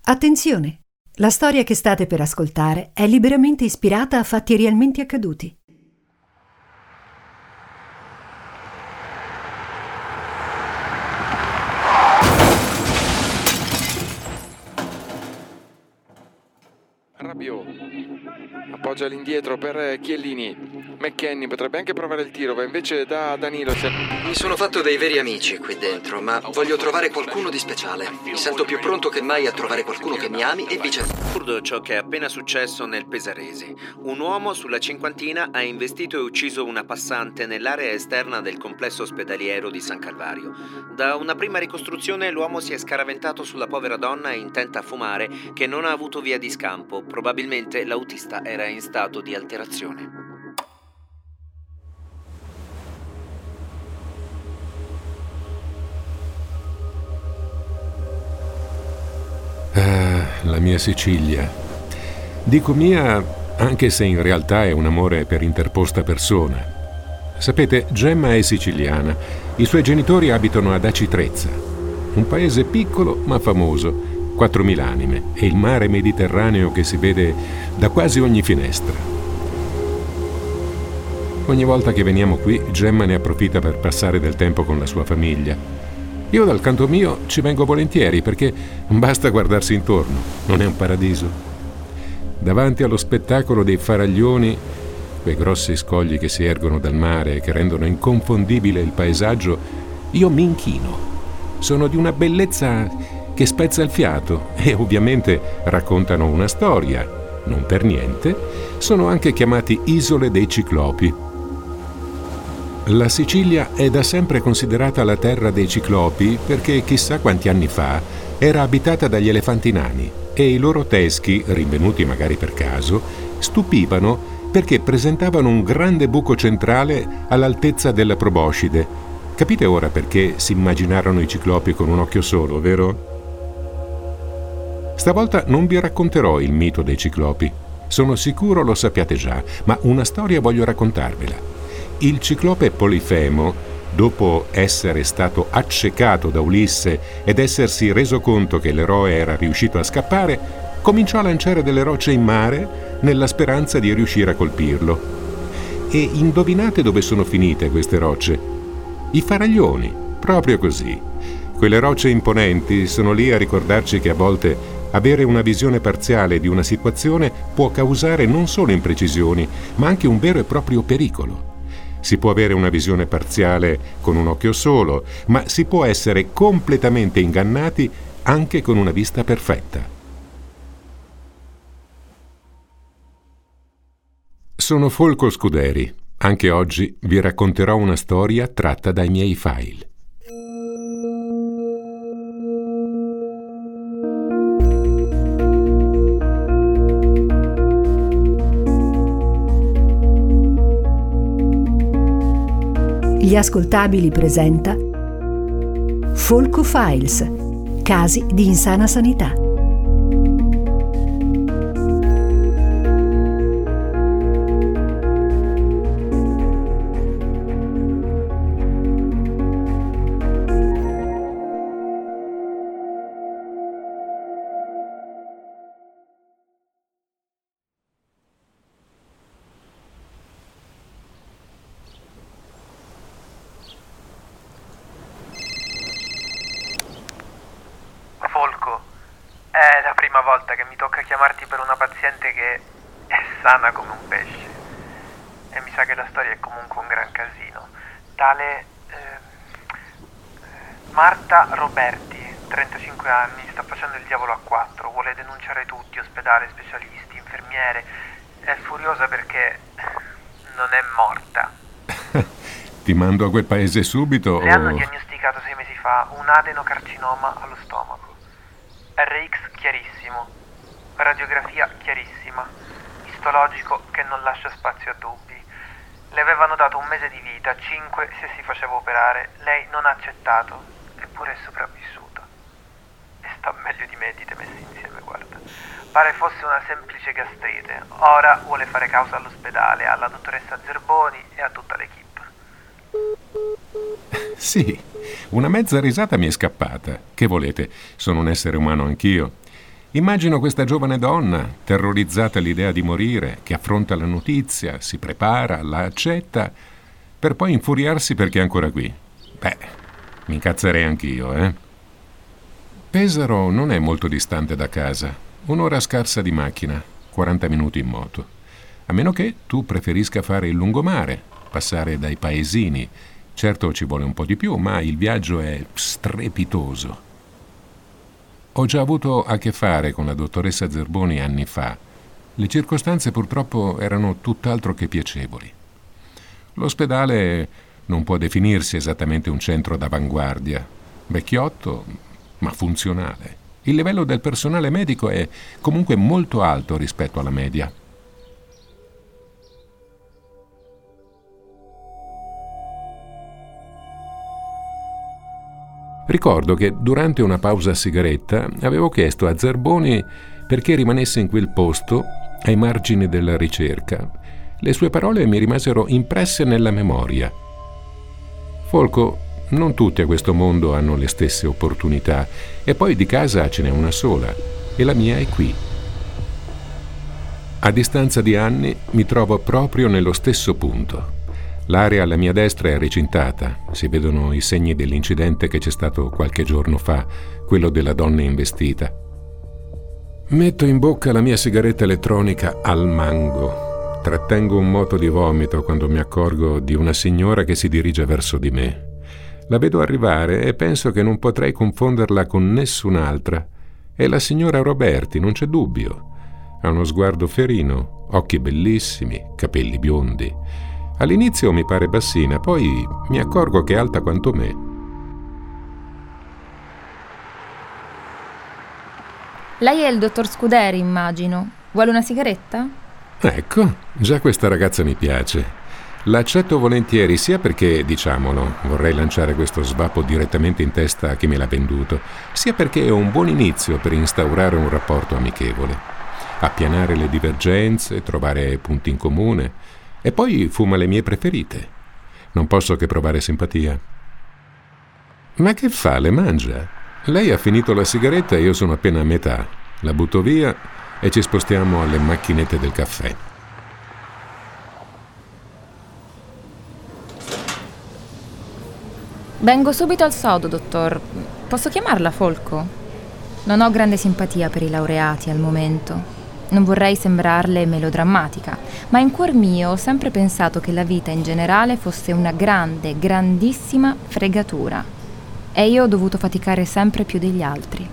Attenzione! La storia che state per ascoltare è liberamente ispirata a fatti realmente accaduti. Rabiot appoggia all'indietro per Chiellini. McKennie potrebbe anche provare il tiro, ma invece da Danilo. Mi sono fatto dei veri amici qui dentro, ma voglio trovare qualcuno di speciale. Mi sento più pronto che mai a trovare qualcuno che mi ami e viceversa. Assurdo ciò che è appena successo nel Pesarese. Un uomo sulla cinquantina ha investito e ucciso una passante nell'area esterna del complesso ospedaliero di San Calvario. Da una prima ricostruzione l'uomo si è scaraventato sulla povera donna intenta a fumare che non ha avuto via di scampo. Probabilmente l'autista era in stato di alterazione. La mia Sicilia. Dico mia anche se in realtà è un amore per interposta persona. Sapete, Gemma è siciliana. I suoi genitori abitano ad Aci Trezza, un paese piccolo ma famoso, 4.000 anime, e il mare Mediterraneo che si vede da quasi ogni finestra. Ogni volta che veniamo qui, Gemma ne approfitta per passare del tempo con la sua famiglia. Io dal canto mio ci vengo volentieri perché basta guardarsi intorno, non è un paradiso? Davanti allo spettacolo dei faraglioni, quei grossi scogli che si ergono dal mare e che rendono inconfondibile il paesaggio, io mi inchino. Sono di una bellezza che spezza il fiato e ovviamente raccontano una storia. Non per niente, sono anche chiamati Isole dei Ciclopi. La Sicilia è da sempre considerata la terra dei ciclopi perché chissà quanti anni fa era abitata dagli elefanti nani e i loro teschi, rinvenuti magari per caso, stupivano perché presentavano un grande buco centrale all'altezza della proboscide. Capite ora perché si immaginarono i ciclopi con un occhio solo, vero? Stavolta non vi racconterò il mito dei ciclopi. Sono sicuro lo sappiate già, ma una storia voglio raccontarvela. Il ciclope Polifemo, dopo essere stato accecato da Ulisse ed essersi reso conto che l'eroe era riuscito a scappare, cominciò a lanciare delle rocce in mare nella speranza di riuscire a colpirlo. E indovinate dove sono finite queste rocce? I faraglioni, proprio così. Quelle rocce imponenti sono lì a ricordarci che a volte avere una visione parziale di una situazione può causare non solo imprecisioni, ma anche un vero e proprio pericolo. Si può avere una visione parziale con un occhio solo, ma si può essere completamente ingannati anche con una vista perfetta. Sono Folco Scuderi. Anche oggi vi racconterò una storia tratta dai miei file. Gli Ascoltabili presenta Folco Files, casi di insana sanità. Folco, è la prima volta che mi tocca chiamarti per una paziente che è sana come un pesce. E mi sa che la storia è comunque un gran casino. Tale Marta Roberti, 35 anni, sta facendo il diavolo a quattro, vuole denunciare tutti, ospedale, specialisti, infermiere. È furiosa perché non è morta. Ti mando a quel paese subito Le hanno diagnosticato 6 mesi fa un adenocarcinoma allo stomaco. RX chiarissimo, radiografia chiarissima, istologico che non lascia spazio a dubbi. Le avevano dato 1 mese di vita, 5 se si faceva operare. Lei non ha accettato, eppure è sopravvissuta. E sta meglio di me, dite messi insieme, guarda. Pare fosse una semplice gastrite. Ora vuole fare causa all'ospedale, alla dottoressa Zerboni e a tutta l'equipe. Sì, una mezza risata mi è scappata. Che volete? Sono un essere umano anch'io. Immagino questa giovane donna, terrorizzata all'idea di morire, che affronta la notizia, si prepara, la accetta, per poi infuriarsi perché è ancora qui. Beh, mi incazzerei anch'io, Pesaro non è molto distante da casa, 1 ora scarsa di macchina, 40 minuti in moto. A meno che tu preferisca fare il lungomare, passare dai paesini. Certo ci vuole un po' di più, ma il viaggio è strepitoso. Ho già avuto a che fare con la dottoressa Zerboni anni fa. Le circostanze purtroppo erano tutt'altro che piacevoli. L'ospedale non può definirsi esattamente un centro d'avanguardia. Vecchiotto, ma funzionale. Il livello del personale medico è comunque molto alto rispetto alla media. Ricordo che durante una pausa a sigaretta avevo chiesto a Zerboni perché rimanesse in quel posto ai margini della ricerca. Le sue parole mi rimasero impresse nella memoria. Folco, non tutti a questo mondo hanno le stesse opportunità, e poi di casa ce n'è una sola, e la mia è qui. A distanza di anni mi trovo proprio nello stesso punto. L'area alla mia destra è recintata, si vedono i segni dell'incidente che c'è stato qualche giorno fa, quello della donna investita. Metto in bocca la mia sigaretta elettronica al mango. Trattengo un moto di vomito quando mi accorgo di una signora che si dirige verso di me. La vedo arrivare e penso che non potrei confonderla con nessun'altra. È la signora Roberti, non c'è dubbio. Ha uno sguardo ferino, occhi bellissimi, capelli biondi. All'inizio mi pare bassina, poi mi accorgo che è alta quanto me. Lei è il dottor Scuderi, immagino. Vuole una sigaretta? Ecco, già questa ragazza mi piace. L'accetto volentieri sia perché, diciamolo, vorrei lanciare questo svapo direttamente in testa a chi me l'ha venduto, sia perché è un buon inizio per instaurare un rapporto amichevole. Appianare le divergenze, trovare punti in comune. E poi fuma le mie preferite. Non posso che provare simpatia. Ma che fa? Le mangia? Lei ha finito la sigaretta e io sono appena a metà. La butto via e ci spostiamo alle macchinette del caffè. Vengo subito al sodo, dottor. Posso chiamarla Folco? Non ho grande simpatia per i laureati al momento. Non vorrei sembrarle melodrammatica, ma in cuor mio ho sempre pensato che la vita in generale fosse una grande, grandissima fregatura. E io ho dovuto faticare sempre più degli altri.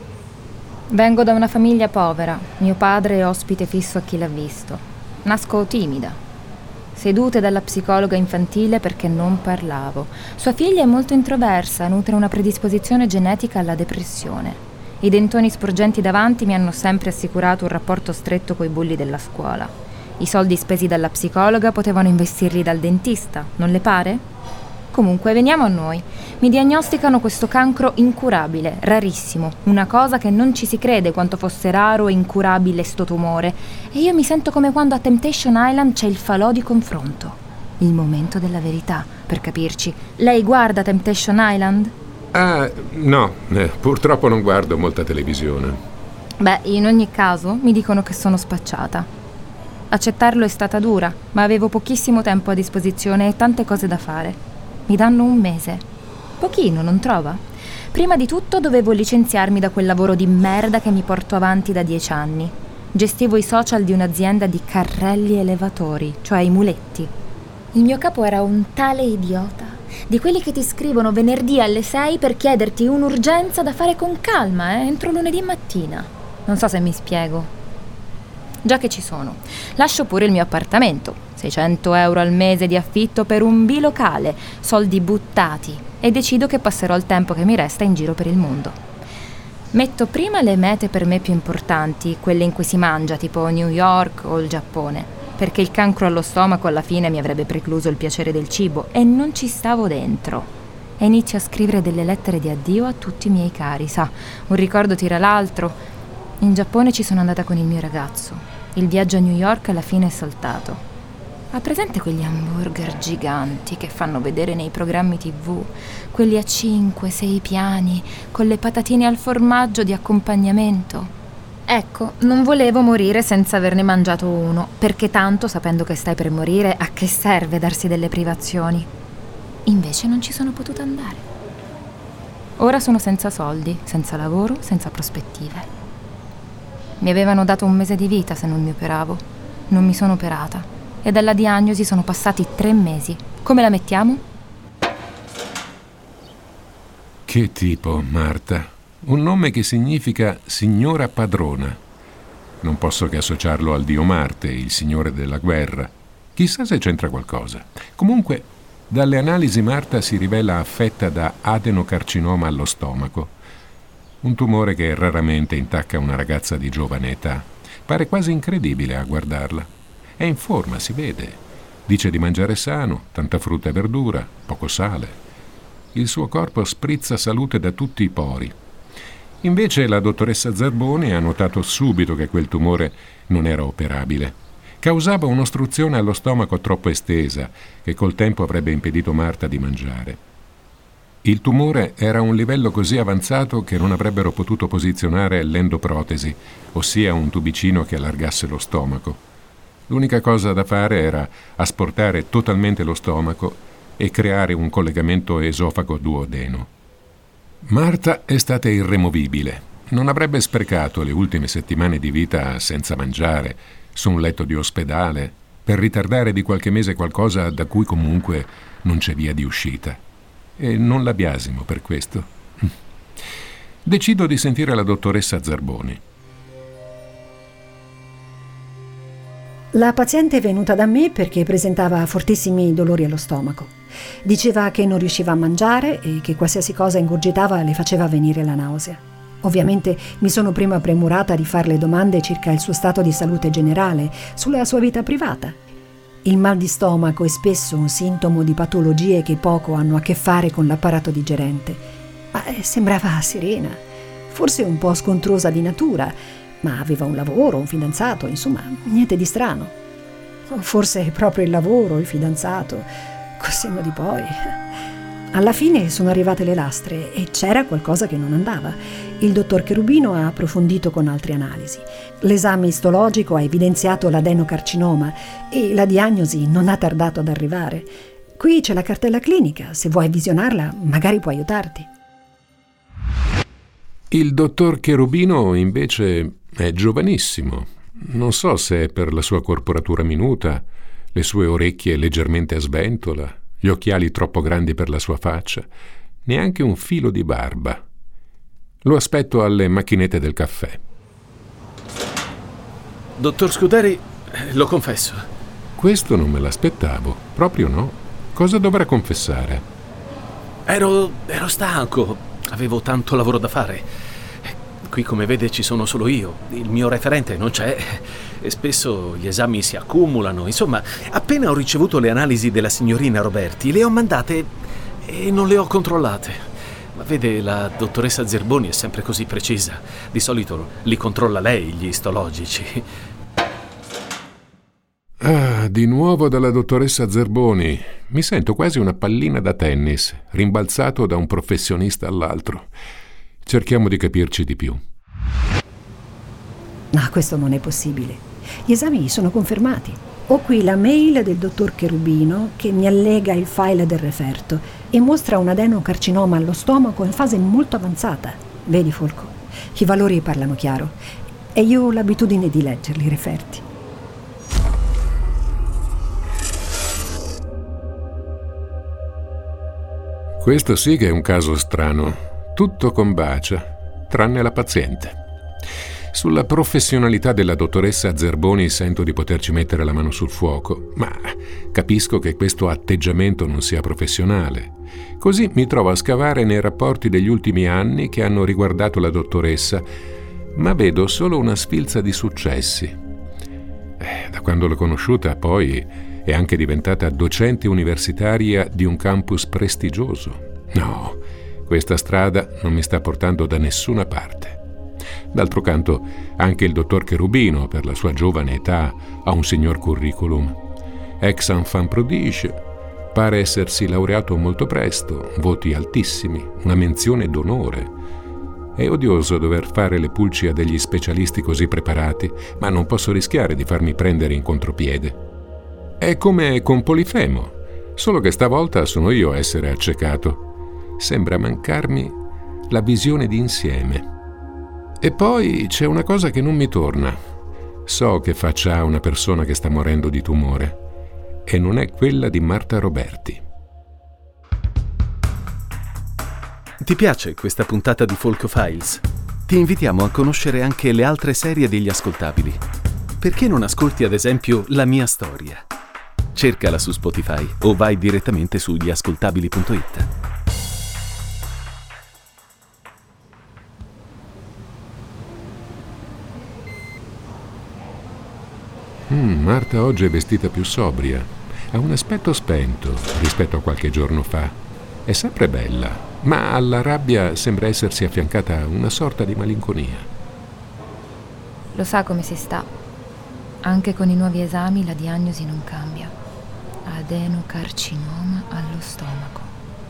Vengo da una famiglia povera, mio padre è ospite fisso a Chi l'ha visto. Nasco timida, sedute dalla psicologa infantile perché non parlavo. Sua figlia è molto introversa, nutre una predisposizione genetica alla depressione. I dentoni sporgenti davanti mi hanno sempre assicurato un rapporto stretto coi bulli della scuola. I soldi spesi dalla psicologa potevano investirli dal dentista, non le pare? Comunque, veniamo a noi. Mi diagnosticano questo cancro incurabile, rarissimo, una cosa che non ci si crede quanto fosse raro e incurabile sto tumore. E io mi sento come quando a Temptation Island c'è il falò di confronto. Il momento della verità, per capirci. Lei guarda Temptation Island? Ah, no, purtroppo non guardo molta televisione. Beh, in ogni caso mi dicono che sono spacciata. Accettarlo è stata dura, ma avevo pochissimo tempo a disposizione e tante cose da fare. Mi danno 1 mese. Pochino, non trova? Prima di tutto dovevo licenziarmi da quel lavoro di merda che mi porto avanti da 10 anni. Gestivo i social di un'azienda di carrelli elevatori, cioè i muletti. Il mio capo era un tale idiota. Di quelli che ti scrivono venerdì alle 6 per chiederti un'urgenza da fare con calma, entro lunedì mattina. Non so se mi spiego. Già che ci sono, lascio pure il mio appartamento, 600 euro al mese di affitto per un bilocale, soldi buttati, e decido che passerò il tempo che mi resta in giro per il mondo. Metto prima le mete per me più importanti, quelle in cui si mangia, tipo New York o il Giappone, perché il cancro allo stomaco alla fine mi avrebbe precluso il piacere del cibo e non ci stavo dentro. E inizio a scrivere delle lettere di addio a tutti i miei cari, sa, un ricordo tira l'altro. In Giappone ci sono andata con il mio ragazzo. Il viaggio a New York alla fine è saltato. Ha presente quegli hamburger giganti che fanno vedere nei programmi TV? Quelli a 5-6 piani, con le patatine al formaggio di accompagnamento? Ecco, non volevo morire senza averne mangiato uno, perché tanto, sapendo che stai per morire, a che serve darsi delle privazioni? Invece non ci sono potuta andare. Ora sono senza soldi, senza lavoro, senza prospettive. Mi avevano dato 1 mese di vita se non mi operavo. Non mi sono operata. E dalla diagnosi sono passati 3 mesi. Come la mettiamo? Che tipo, Marta? Un nome che significa signora padrona. Non posso che associarlo al dio Marte, il signore della guerra. Chissà se c'entra qualcosa. Comunque, dalle analisi Marta si rivela affetta da adenocarcinoma allo stomaco. Un tumore che raramente intacca una ragazza di giovane età. Pare quasi incredibile a guardarla. È in forma, si vede. Dice di mangiare sano, tanta frutta e verdura, poco sale. Il suo corpo sprizza salute da tutti i pori. Invece la dottoressa Zerboni ha notato subito che quel tumore non era operabile. Causava un'ostruzione allo stomaco troppo estesa, che col tempo avrebbe impedito Marta di mangiare. Il tumore era a un livello così avanzato che non avrebbero potuto posizionare l'endoprotesi, ossia un tubicino che allargasse lo stomaco. L'unica cosa da fare era asportare totalmente lo stomaco e creare un collegamento esofago-duodeno. Marta è stata irremovibile. Non avrebbe sprecato le ultime settimane di vita senza mangiare, su un letto di ospedale, per ritardare di qualche mese qualcosa da cui comunque non c'è via di uscita. E non la biasimo per questo. Decido di sentire la dottoressa Zerboni. La paziente è venuta da me perché presentava fortissimi dolori allo stomaco. Diceva che non riusciva a mangiare e che qualsiasi cosa ingurgitava le faceva venire la nausea. Ovviamente mi sono prima premurata di farle domande circa il suo stato di salute generale, sulla sua vita privata. Il mal di stomaco è spesso un sintomo di patologie che poco hanno a che fare con l'apparato digerente. Ma sembrava serena, forse un po' scontrosa di natura, ma aveva un lavoro, un fidanzato, insomma, niente di strano. O forse è proprio il lavoro, il fidanzato, col senno di poi. Alla fine sono arrivate le lastre e c'era qualcosa che non andava. Il dottor Cherubino ha approfondito con altre analisi. L'esame istologico ha evidenziato l'adenocarcinoma e la diagnosi non ha tardato ad arrivare. Qui c'è la cartella clinica, se vuoi visionarla magari può aiutarti. Il dottor Cherubino invece è giovanissimo. Non so se è per la sua corporatura minuta, le sue orecchie leggermente a sventola, gli occhiali troppo grandi per la sua faccia, neanche un filo di barba. Lo aspetto alle macchinette del caffè. Dottor Scuderi, lo confesso. Questo non me l'aspettavo, proprio no. Cosa dovrà confessare? Ero stanco, avevo tanto lavoro da fare. Qui, come vede, ci sono solo io, il mio referente non c'è e spesso gli esami si accumulano. Insomma, appena ho ricevuto le analisi della signorina Roberti, le ho mandate e non le ho controllate. Ma vede, la dottoressa Zerboni è sempre così precisa. Di solito li controlla lei, gli istologici. Ah, di nuovo dalla dottoressa Zerboni. Mi sento quasi una pallina da tennis, rimbalzato da un professionista all'altro. Cerchiamo di capirci di più. No, questo non è possibile. Gli esami sono confermati. Ho qui la mail del dottor Cherubino che mi allega il file del referto e mostra un adenocarcinoma allo stomaco in fase molto avanzata. Vedi, Folco, i valori parlano chiaro e io ho l'abitudine di leggerli i referti. Questo sì che è un caso strano. Tutto combacia, tranne la paziente. Sulla professionalità della dottoressa Zerboni sento di poterci mettere la mano sul fuoco, ma capisco che questo atteggiamento non sia professionale. Così mi trovo a scavare nei rapporti degli ultimi anni che hanno riguardato la dottoressa, ma vedo solo una sfilza di successi. Da quando l'ho conosciuta, poi, è anche diventata docente universitaria di un campus prestigioso. No, questa strada non mi sta portando da nessuna parte. D'altro canto, anche il dottor Cherubino, per la sua giovane età, ha un signor curriculum. Ex enfant prodige, pare essersi laureato molto presto, voti altissimi, una menzione d'onore. È odioso dover fare le pulci a degli specialisti così preparati, ma non posso rischiare di farmi prendere in contropiede. È come con Polifemo, solo che stavolta sono io a essere accecato. Sembra mancarmi la visione d'insieme. E poi c'è una cosa che non mi torna. So che faccia ha una persona che sta morendo di tumore, e non è quella di Marta Roberti. Ti piace questa puntata di Folco Files? Ti invitiamo a conoscere anche le altre serie degli ascoltabili. Perché non ascolti ad esempio La mia storia? Cercala su Spotify o vai direttamente su gliascoltabili.it. Marta oggi è vestita più sobria. Ha un aspetto spento rispetto a qualche giorno fa. È sempre bella, ma alla rabbia sembra essersi affiancata una sorta di malinconia. Lo sa come si sta. Anche con i nuovi esami la diagnosi non cambia. Adenocarcinoma allo stomaco.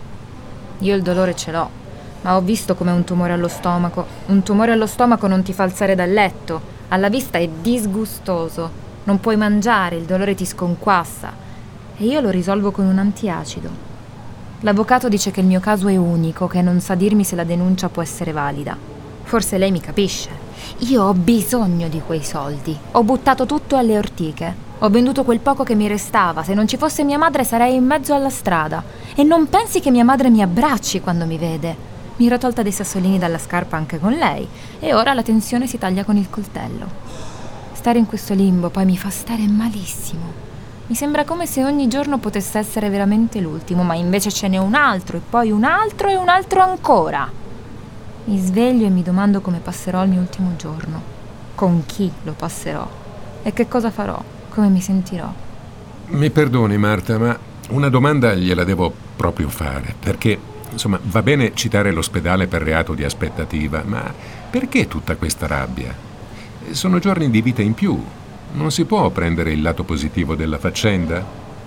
Io il dolore ce l'ho, ma ho visto com'è un tumore allo stomaco. Un tumore allo stomaco non ti fa alzare dal letto. Alla vista è disgustoso. Non puoi mangiare, il dolore ti sconquassa. E io lo risolvo con un antiacido. L'avvocato dice che il mio caso è unico, che non sa dirmi se la denuncia può essere valida. Forse lei mi capisce. Io ho bisogno di quei soldi. Ho buttato tutto alle ortiche. Ho venduto quel poco che mi restava. Se non ci fosse mia madre sarei in mezzo alla strada. E non pensi che mia madre mi abbracci quando mi vede. Mi ero tolta dei sassolini dalla scarpa anche con lei. E ora la tensione si taglia con il coltello. Stare in questo limbo poi mi fa stare malissimo. Mi sembra come se ogni giorno potesse essere veramente l'ultimo, ma invece ce n'è un altro, e poi un altro e un altro ancora. Mi sveglio e mi domando come passerò il mio ultimo giorno, con chi lo passerò e che cosa farò, come mi sentirò. Mi perdoni Marta, ma una domanda gliela devo proprio fare, perché, insomma, va bene citare l'ospedale per reato di aspettativa, ma perché tutta questa rabbia? Sono giorni di vita in più. Non si può prendere il lato positivo della faccenda?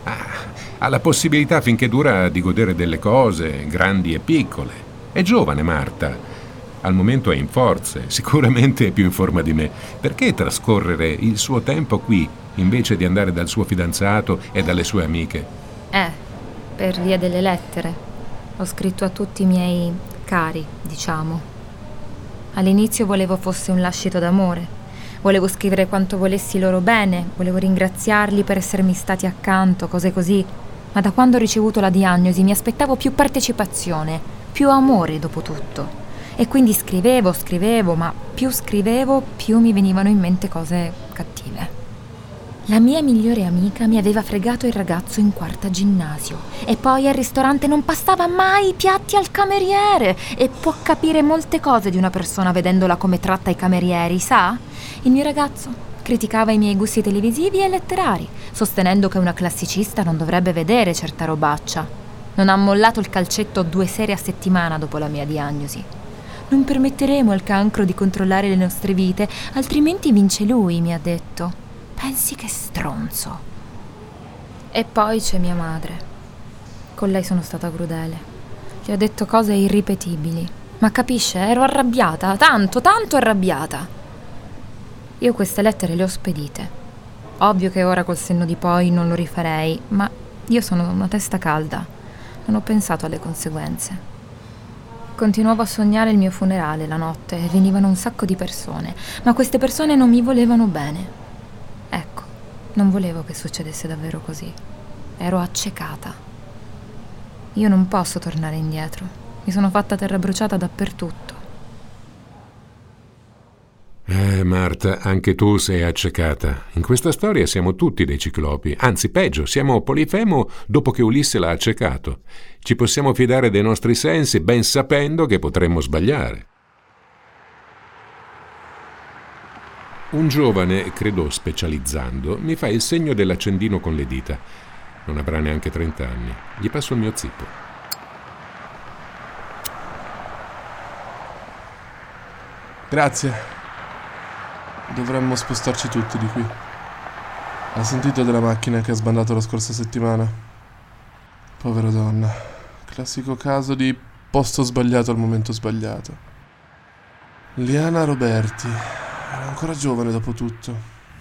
Ha la possibilità finché dura di godere delle cose, grandi e piccole. È giovane Marta. Al momento è in forze, sicuramente è più in forma di me. Perché trascorrere il suo tempo qui, invece di andare dal suo fidanzato e dalle sue amiche? Per via delle lettere. Ho scritto a tutti i miei cari, diciamo. All'inizio volevo fosse un lascito d'amore. Volevo scrivere quanto volessi loro bene, volevo ringraziarli per essermi stati accanto, cose così. Ma da quando ho ricevuto la diagnosi mi aspettavo più partecipazione, più amore dopo tutto. E quindi scrivevo, ma più scrivevo, più mi venivano in mente cose cattive. La mia migliore amica mi aveva fregato il ragazzo in quarta ginnasio e poi al ristorante non passava mai i piatti al cameriere e può capire molte cose di una persona vedendola come tratta i camerieri, sa? Il mio ragazzo criticava i miei gusti televisivi e letterari, sostenendo che una classicista non dovrebbe vedere certa robaccia. Non ha mollato il calcetto 2 sere a settimana dopo la mia diagnosi. Non permetteremo al cancro di controllare le nostre vite, altrimenti vince lui, mi ha detto. Pensi che stronzo. E poi c'è mia madre. Con lei sono stata crudele. Gli ho detto cose irripetibili. Ma capisce, ero arrabbiata, tanto arrabbiata. Io queste lettere le ho spedite. Ovvio che ora col senno di poi non lo rifarei, ma io sono una testa calda. Non ho pensato alle conseguenze. Continuavo a sognare il mio funerale la notte e venivano un sacco di persone, ma queste persone non mi volevano bene. Ecco, non volevo che succedesse davvero così. Ero accecata. Io non posso tornare indietro. Mi sono fatta terra bruciata dappertutto. Marta, anche tu sei accecata. In questa storia siamo tutti dei ciclopi. Anzi, peggio, siamo Polifemo dopo che Ulisse l'ha accecato. Ci possiamo fidare dei nostri sensi, ben sapendo che potremmo sbagliare. Un giovane, credo specializzando, mi fa il segno dell'accendino con le dita. Non avrà neanche 30 anni. Gli passo il mio zippo. Grazie. Dovremmo spostarci tutti di qui. Hai sentito della macchina che ha sbandato la scorsa settimana? Povera donna. Classico caso di posto sbagliato al momento sbagliato. Liana Roberti. Era ancora giovane dopo tutto.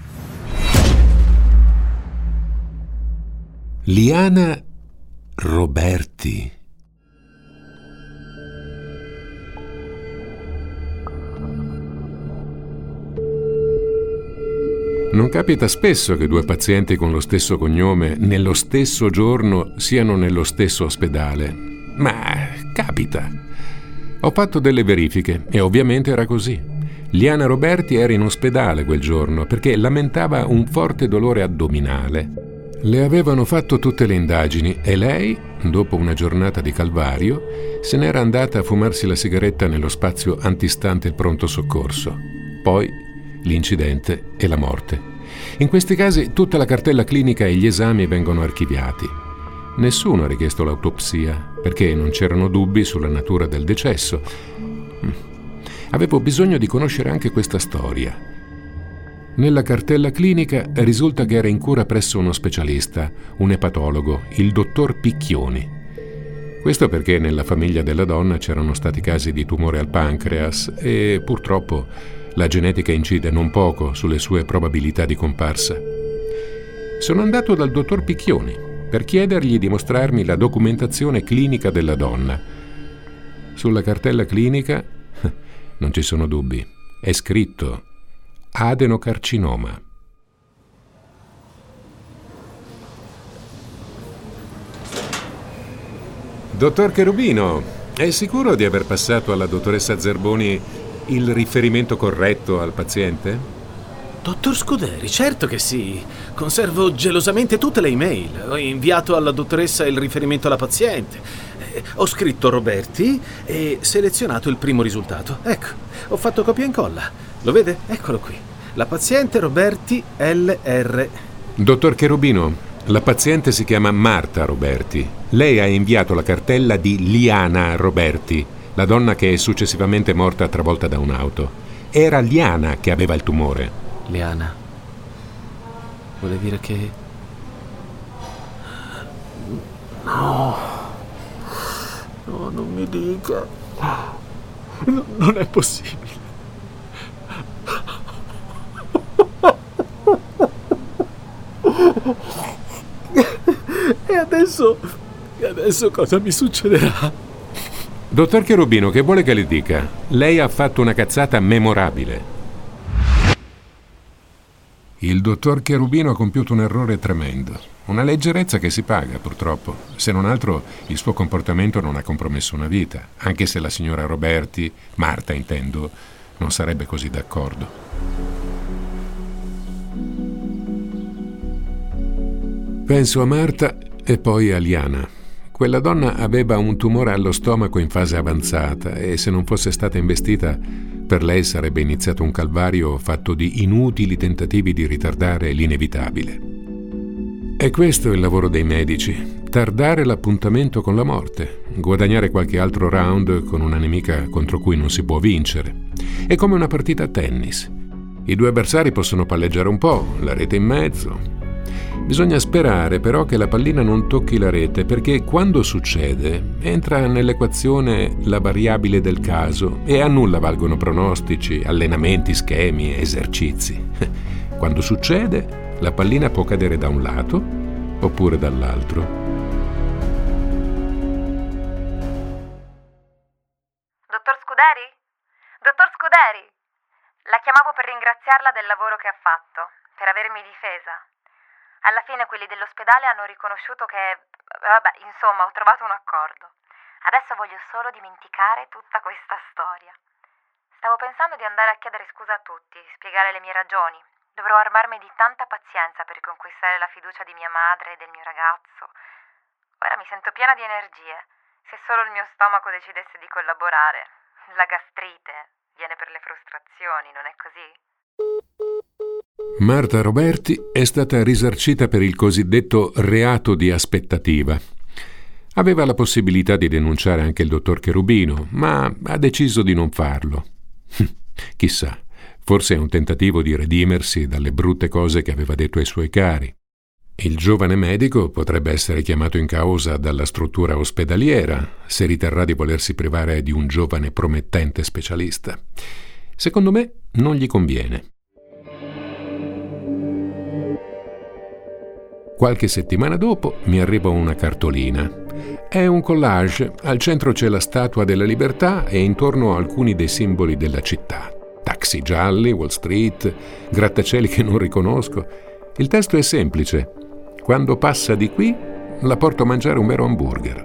Liana Roberti. Non capita spesso che due pazienti con lo stesso cognome nello stesso giorno siano nello stesso ospedale, ma capita. Ho fatto delle verifiche e ovviamente era così. Liana Roberti era in ospedale quel giorno perché lamentava un forte dolore addominale. Le avevano fatto tutte le indagini e lei, dopo una giornata di calvario, se n'era andata a fumarsi la sigaretta nello spazio antistante il pronto soccorso. Poi l'incidente e la morte. In questi casi tutta la cartella clinica e gli esami vengono archiviati. Nessuno ha richiesto l'autopsia perché non c'erano dubbi sulla natura del decesso. Avevo bisogno di conoscere anche questa storia. Nella cartella clinica risulta che era in cura presso uno specialista, un epatologo, il dottor Picchioni. Questo perché nella famiglia della donna c'erano stati casi di tumore al pancreas e purtroppo la genetica incide non poco sulle sue probabilità di comparsa. Sono andato dal dottor Picchioni per chiedergli di mostrarmi la documentazione clinica della donna. Sulla cartella clinica non ci sono dubbi. È scritto adenocarcinoma. Dottor Cherubino, è sicuro di aver passato alla dottoressa Zerboni il riferimento corretto al paziente? Dottor Scuderi, certo che sì. Conservo gelosamente tutte le email. Ho inviato alla dottoressa il riferimento alla paziente. Ho scritto Roberti e selezionato il primo risultato. Ecco, ho fatto copia e incolla. Lo vede? Eccolo qui. La paziente Roberti LR. Dottor Cherubino, la paziente si chiama Marta Roberti. Lei ha inviato la cartella di Liana Roberti, la donna che è successivamente morta travolta da un'auto. Era Liana che aveva il tumore. Liana. Vuole dire che... No, non mi dica. Non è possibile. E adesso cosa mi succederà? Dottor Cherubino, che vuole che le dica? Lei ha fatto una cazzata memorabile. Il dottor Cherubino ha compiuto un errore tremendo. Una leggerezza che si paga, purtroppo. Se non altro, il suo comportamento non ha compromesso una vita, anche se la signora Roberti, Marta intendo, non sarebbe così d'accordo. Penso a Marta e poi a Liana. Quella donna aveva un tumore allo stomaco in fase avanzata e se non fosse stata investita, per lei sarebbe iniziato un calvario fatto di inutili tentativi di ritardare l'inevitabile. E questo è il lavoro dei medici, tardare l'appuntamento con la morte, guadagnare qualche altro round con una nemica contro cui non si può vincere. È come una partita a tennis. I due avversari possono palleggiare un po', la rete in mezzo. Bisogna sperare però che la pallina non tocchi la rete, perché quando succede entra nell'equazione la variabile del caso e a nulla valgono pronostici, allenamenti, schemi, esercizi. Quando succede, la pallina può cadere da un lato oppure dall'altro. Dottor Scuderi? Dottor Scuderi! La chiamavo per ringraziarla del lavoro che ha fatto, per avermi difesa. Alla fine quelli dell'ospedale hanno riconosciuto che... Vabbè, insomma, ho trovato un accordo. Adesso voglio solo dimenticare tutta questa storia. Stavo pensando di andare a chiedere scusa a tutti, spiegare le mie ragioni. Dovrò armarmi di tanta pazienza per riconquistare la fiducia di mia madre e del mio ragazzo. Ora mi sento piena di energie. Se solo il mio stomaco decidesse di collaborare. La gastrite viene per le frustrazioni, non è così? Marta Roberti è stata risarcita per il cosiddetto reato di aspettativa. Aveva la possibilità di denunciare anche il dottor Cherubino, ma ha deciso di non farlo. Chissà, forse è un tentativo di redimersi dalle brutte cose che aveva detto ai suoi cari. Il giovane medico potrebbe essere chiamato in causa dalla struttura ospedaliera se riterrà di volersi privare di un giovane promettente specialista. Secondo me non gli conviene. Qualche settimana dopo mi arriva una cartolina. È un collage, al centro c'è la Statua della Libertà e intorno alcuni dei simboli della città. Taxi gialli, Wall Street, grattacieli che non riconosco. Il testo è semplice. Quando passa di qui, la porto a mangiare un vero hamburger.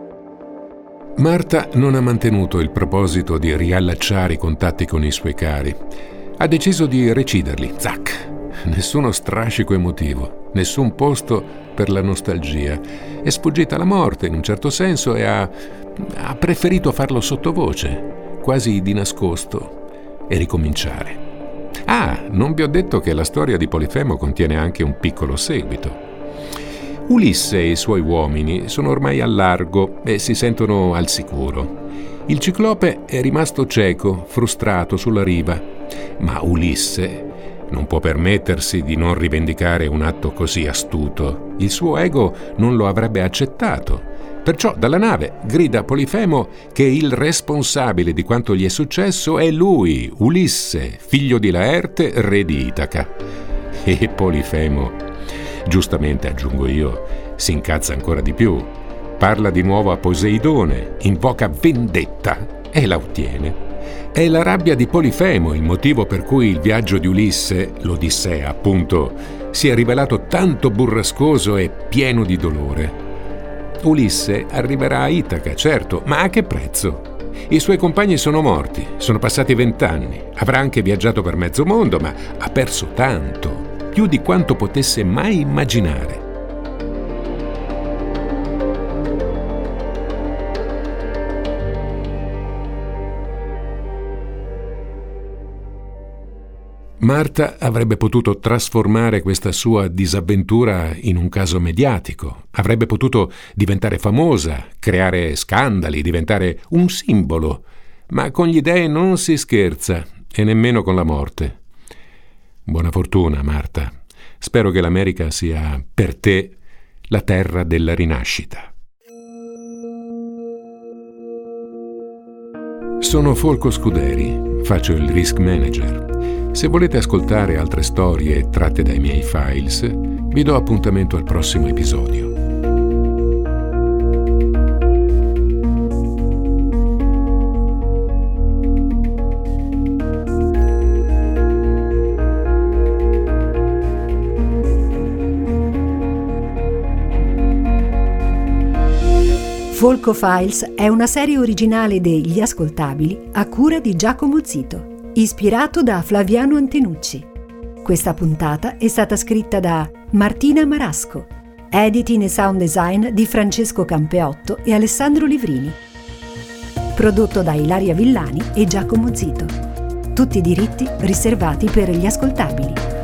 Marta non ha mantenuto il proposito di riallacciare i contatti con i suoi cari. Ha deciso di reciderli. Zac! Nessuno strascico emotivo, nessun posto per la nostalgia. È sfuggita alla morte in un certo senso e ha preferito farlo sottovoce, quasi di nascosto, e ricominciare. Ah, non vi ho detto che la storia di Polifemo contiene anche un piccolo seguito. Ulisse e i suoi uomini sono ormai al largo e si sentono al sicuro. Il ciclope è rimasto cieco, frustrato sulla riva, ma Ulisse non può permettersi di non rivendicare un atto così astuto. Il suo ego non lo avrebbe accettato. Perciò dalla nave grida a Polifemo che il responsabile di quanto gli è successo è lui, Ulisse, figlio di Laerte, re di Itaca. E Polifemo, giustamente aggiungo io, si incazza ancora di più. Parla di nuovo a Poseidone, invoca vendetta e la ottiene. È la rabbia di Polifemo il motivo per cui il viaggio di Ulisse, l'Odissea appunto, si è rivelato tanto burrascoso e pieno di dolore. Ulisse arriverà a Itaca, certo, ma a che prezzo? I suoi compagni sono morti, sono passati 20 anni, avrà anche viaggiato per mezzo mondo, ma ha perso tanto, più di quanto potesse mai immaginare. Marta avrebbe potuto trasformare questa sua disavventura in un caso mediatico, avrebbe potuto diventare famosa, creare scandali, diventare un simbolo, ma con gli dei non si scherza e nemmeno con la morte. Buona fortuna, Marta. Spero che l'America sia per te la terra della rinascita. Sono Folco Scuderi, faccio il risk manager. Se volete ascoltare altre storie tratte dai miei files, vi do appuntamento al prossimo episodio. Folco Files è una serie originale degli Ascoltabili a cura di Giacomo Zito, ispirato da Flaviano Antenucci. Questa puntata è stata scritta da Martina Marasco, editing e sound design di Francesco Campeotto e Alessandro Livrini. Prodotto da Ilaria Villani e Giacomo Zito. Tutti i diritti riservati per gli Ascoltabili.